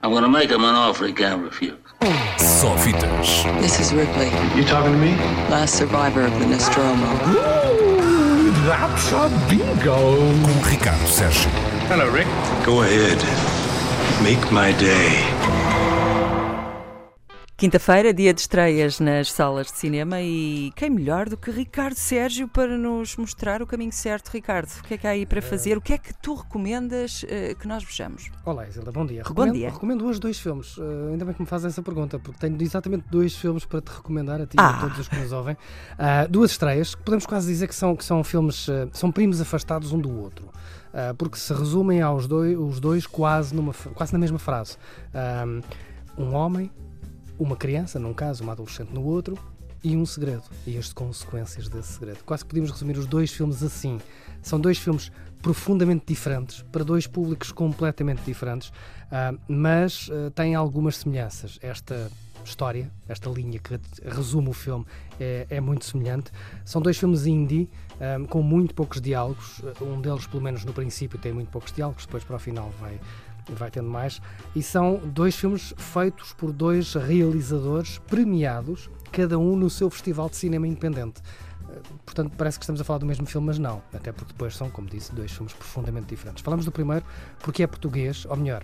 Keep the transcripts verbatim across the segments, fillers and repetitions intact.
I'm gonna make him an offer he can't refuse. Só fitas. This is Ripley, You talking to me? last survivor of the Nostromo. Ooh, that's a bingo. Com Ricardo Sérgio. Hello, Rick. Go ahead. Make my day. Quinta-feira, dia de estreias nas salas de cinema, e quem melhor do que Ricardo Sérgio para nos mostrar o caminho certo. Ricardo, o que é que há aí para fazer? O que é que tu recomendas uh, que nós vejamos? Olá, Isilda, bom dia. Bom Recomendo, dia. Recomendo hoje dois filmes. Uh, ainda bem que me fazes essa pergunta, porque tenho exatamente dois filmes para te recomendar a ti Ah. e a todos os que nos ouvem. Uh, duas estreias, que podemos quase dizer que são, que são filmes, uh, são primos afastados um do outro. Uh, porque se resumem aos dois, os dois quase, numa, quase na mesma frase. Um, um homem, uma criança, num caso, uma adolescente no outro, e um segredo, e as consequências desse segredo. Quase que podemos resumir os dois filmes assim. São dois filmes profundamente diferentes, para dois públicos completamente diferentes, uh, mas uh, têm algumas semelhanças. Esta história, esta linha que resume o filme é, é muito semelhante. São dois filmes indie, um, com muito poucos diálogos. Um deles, pelo menos no princípio, tem muito poucos diálogos, depois para o final vai... vai tendo mais, e são dois filmes feitos por dois realizadores premiados, cada um no seu festival de cinema independente. Portanto, parece que estamos a falar do mesmo filme, mas não, até porque depois são, como disse, dois filmes profundamente diferentes. Falamos do primeiro porque é português, ou melhor,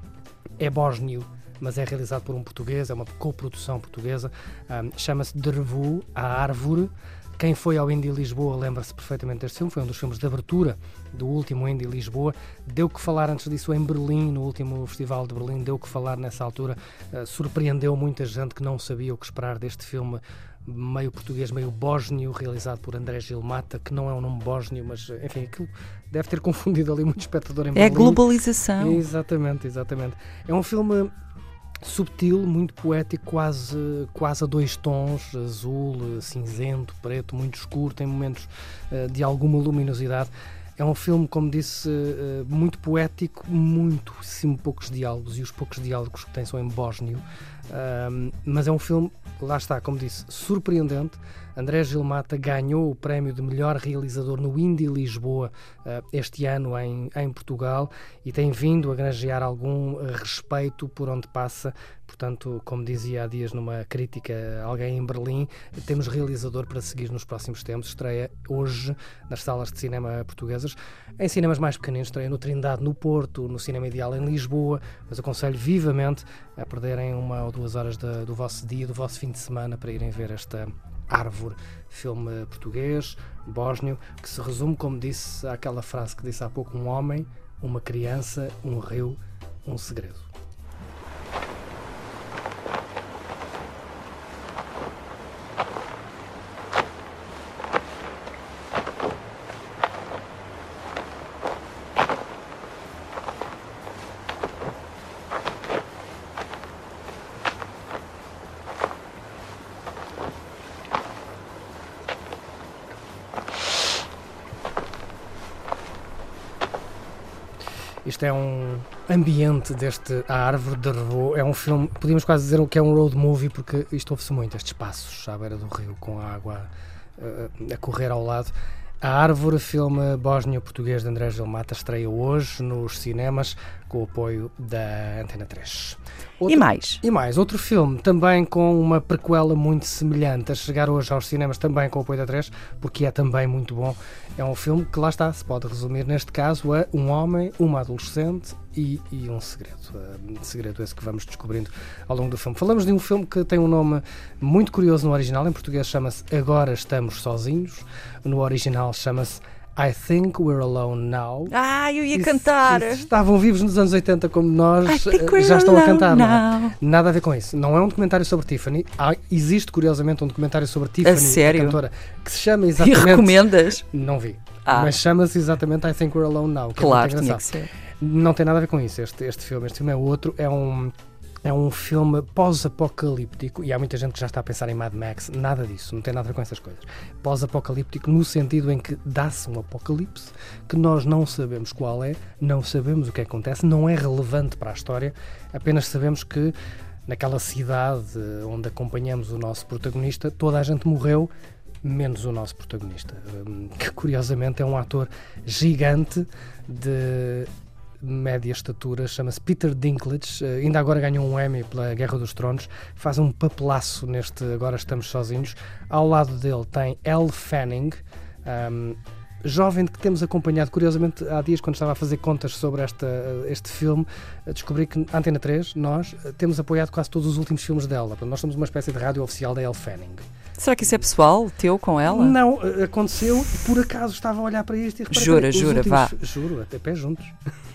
é bósnio, mas é realizado por um português, é uma coprodução portuguesa, um, chama-se Dervu, a Árvore. Quem foi ao Indie Lisboa lembra-se perfeitamente deste filme, foi um dos filmes de abertura do último Indie Lisboa. Deu que falar antes disso em Berlim, no último Festival de Berlim, deu que falar nessa altura. Uh, surpreendeu muita gente que não sabia o que esperar deste filme meio português, meio bósnio, realizado por André Gil Mata, que não é um nome bósnio, mas enfim, aquilo deve ter confundido ali muito espectador em Berlim. É a globalização. Exatamente, exatamente. É um filme subtil, muito poético, quase, quase a dois tons, azul, cinzento, preto, muito escuro, tem momentos uh, de alguma luminosidade. É um filme, como disse, uh, muito poético, muitíssimo poucos diálogos, e os poucos diálogos que tem são em bósnio, uh, mas é um filme, lá está, como disse, surpreendente. André Gil Mata ganhou o prémio de melhor realizador no Indie Lisboa uh, este ano em, em Portugal, e tem vindo a granjear algum uh, respeito por onde passa. Portanto, como dizia há dias numa crítica a alguém em Berlim, temos realizador para seguir nos próximos tempos. Estreia hoje nas salas de cinema portuguesas. Em cinemas mais pequeninos, estreia no Trindade, no Porto, no Cinema Ideal em Lisboa, mas aconselho vivamente a perderem uma ou duas horas de, do vosso dia, do vosso fim de semana, para irem ver esta Árvore, filme português, bósnio, que se resume, como disse, àquela frase que disse há pouco: um homem, uma criança, um rio, um segredo. Isto é um ambiente deste A Árvore de Dervu. É um filme, podíamos quase dizer que é um road movie, porque isto ouve-se muito, estes passos à beira do rio com a água uh, a correr ao lado. A Árvore, filme bósnio-português de André Gil Mata, estreia hoje nos cinemas com o apoio da Antena três. Outro, E mais? E mais, outro filme também com uma prequela muito semelhante a chegar hoje aos cinemas, também com o apoio da três, porque é também muito bom. É um filme que, lá está, se pode resumir neste caso a um homem, uma adolescente e, e um segredo. Um segredo esse que vamos descobrindo ao longo do filme. Falamos de um filme que tem um nome muito curioso no original. Em português chama-se Agora Estamos Sozinhos. No original chama-se I Think We're Alone Now. Ah, eu ia E cantar! se, se estavam vivos nos anos oitenta como nós, I think we're já estão a cantar. alone Não é? now. Nada a ver com isso. Não é um documentário sobre Tiffany. Há, existe, curiosamente, um documentário sobre Tiffany, sério? a cantora, que se chama E exatamente... recomendas? Não vi. Ah. Mas chama-se exatamente I Think We're Alone Now. Que Claro, é muito tinha que engraçado. ser. Não tem nada a ver com isso, este, este filme. Este filme é outro. É um... É um filme pós-apocalíptico, e há muita gente que já está a pensar em Mad Max. Nada disso, não tem nada a ver com essas coisas. Pós-apocalíptico no sentido em que dá-se um apocalipse que nós não sabemos qual é, não sabemos o que acontece, não é relevante para a história, apenas sabemos que naquela cidade onde acompanhamos o nosso protagonista, toda a gente morreu, menos o nosso protagonista, que curiosamente é um ator gigante de... de média estatura, chama-se Peter Dinklage, uh, ainda agora ganhou um Emmy pela Guerra dos Tronos, faz um papelaço neste Agora Estamos Sozinhos. Ao lado dele tem Elle Fanning, um, jovem de que temos acompanhado, curiosamente, há dias quando estava a fazer contas sobre esta, este filme, descobri que a Antena três, nós, temos apoiado quase todos os últimos filmes dela. Portanto, nós somos uma espécie de rádio oficial da Elle Fanning. Será que isso é pessoal, teu, com ela? Não, aconteceu e por acaso estava a olhar para isto e reparei, Jura, os jura, últimos, vá. Juro, até pé juntos.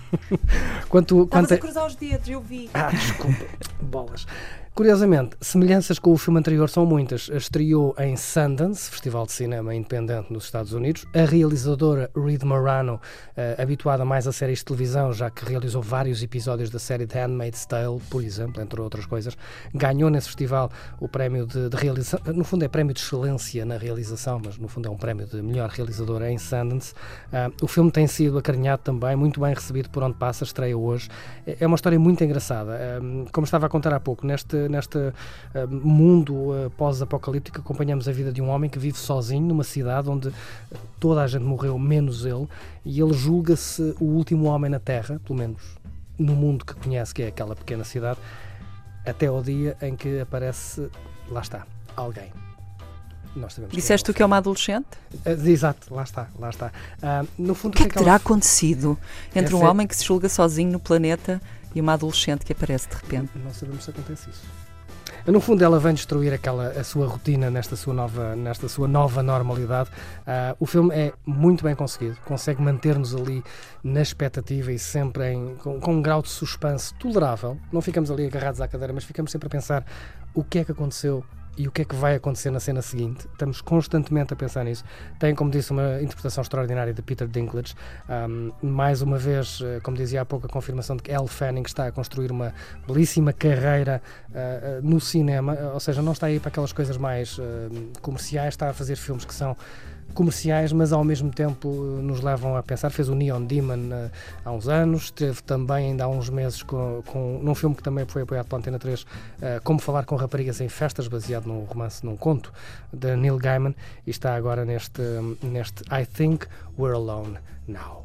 quanto, Estavas quanto a cruzar os dedos, eu vi. Ah, desculpa, bolas. Curiosamente, semelhanças com o filme anterior são muitas. Estreou em Sundance, Festival de Cinema Independente nos Estados Unidos. A realizadora Reed Morano, uh, habituada mais a séries de televisão, já que realizou vários episódios da série The Handmaid's Tale, por exemplo, entre outras coisas, ganhou nesse festival o prémio de, de realização. No fundo é prémio de excelência na realização, mas no fundo é um prémio de melhor realizadora em Sundance. Uh, o filme tem sido acarinhado também, muito bem recebido por onde passa, estreia hoje. É uma história muito engraçada. Uh, como estava a contar há pouco, neste neste uh, mundo uh, pós-apocalíptico, acompanhamos a vida de um homem que vive sozinho numa cidade onde toda a gente morreu, menos ele, e ele julga-se o último homem na Terra, pelo menos no mundo que conhece, que é aquela pequena cidade, até ao dia em que aparece, lá está, alguém. Nós sabemos Disseste que é tu que é uma adolescente? Uh, exato, lá está, lá está. Uh, no fundo, O que é que aquela... terá acontecido entre um Essa é- homem que se julga sozinho no planeta e uma adolescente que aparece de repente? Não sabemos se acontece isso. No fundo, ela vem destruir aquela, a sua rotina nesta sua nova, nesta sua nova normalidade. Uh, o filme é muito bem conseguido, consegue manter-nos ali na expectativa e sempre em, com, com um grau de suspense tolerável. Não ficamos ali agarrados à cadeira, mas ficamos sempre a pensar o que é que aconteceu e o que é que vai acontecer na cena seguinte. Estamos constantemente a pensar nisso. Tem, como disse, uma interpretação extraordinária de Peter Dinklage. Um, mais uma vez, como dizia há pouco, a confirmação de que Elle Fanning está a construir uma belíssima carreira uh, uh, no cinema, ou seja, não está aí para aquelas coisas mais uh, comerciais, está a fazer filmes que são comerciais, mas ao mesmo tempo nos levam a pensar. Fez o Neon Demon uh, há uns anos, teve também ainda há uns meses com, com, num filme que também foi apoiado pela Antena três, uh, Como Falar com Raparigas em Festas, baseado num romance, num conto de Neil Gaiman, e está agora neste, neste I Think We're Alone Now.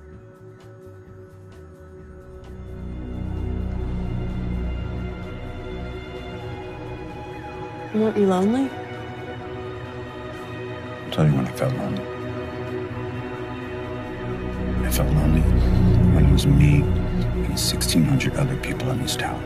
Weren't you lonely? I'll tell you when I felt lonely. I felt lonely when it was me and sixteen hundred other people in this town.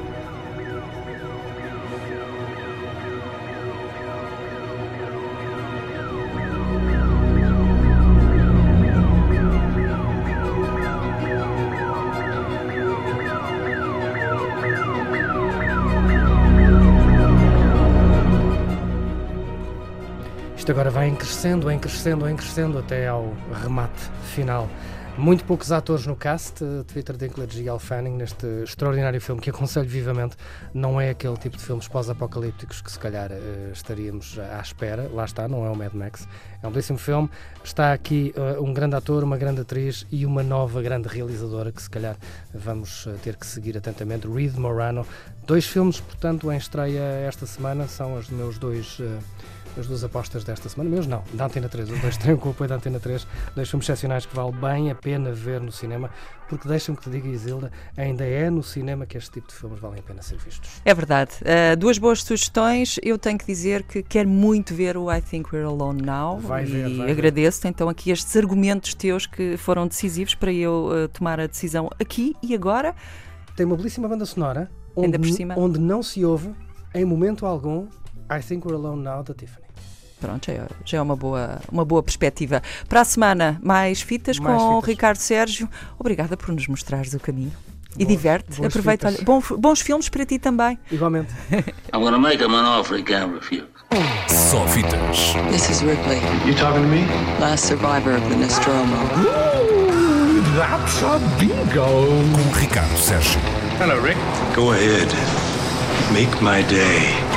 Isto agora vai em crescendo, em crescendo, em crescendo até ao remate final. Muito poucos atores no cast, uh, Peter Dinklage e Elle Fanning, neste extraordinário filme que aconselho vivamente. Não é aquele tipo de filmes pós-apocalípticos que se calhar uh, estaríamos à espera. Lá está, não é o Mad Max. É um belíssimo filme. Está aqui uh, um grande ator, uma grande atriz e uma nova grande realizadora que se calhar vamos uh, ter que seguir atentamente, Reed Morano. Dois filmes, portanto, em estreia esta semana, são os meus dois... Uh, as duas apostas desta semana, meus não, da Antena três, os dois têm com o apoio da Antena três, dois filmes excepcionais que vale bem a pena ver no cinema, porque deixa-me que te diga, Isilda, ainda é no cinema que este tipo de filmes valem a pena ser vistos. É verdade. Uh, duas boas sugestões. Eu tenho que dizer que quero muito ver o I Think We're Alone Now. Vai e ver, vai agradeço-te então aqui estes argumentos teus que foram decisivos para eu uh, tomar a decisão aqui e agora. Tem uma belíssima banda sonora Ainda por onde, cima. onde não se ouve em momento algum I Think We're Alone Now da Tiffany. Pronto, já é, já é uma, boa, uma boa perspectiva. Para a semana, mais fitas Mais com fitas. Ricardo Sérgio. Obrigada por nos mostrares o caminho. E Boas- diverte, boas aproveita. fitas. Olha, bom- bons filmes para ti também. Igualmente. I'm gonna make him an offer he can't refuse. Só fitas. This is Ripley, You talking to me? last survivor of the Nostromo. Ooh, that's a bingo. Com Ricardo Sérgio. Hello, Rick. Go ahead. Make my day.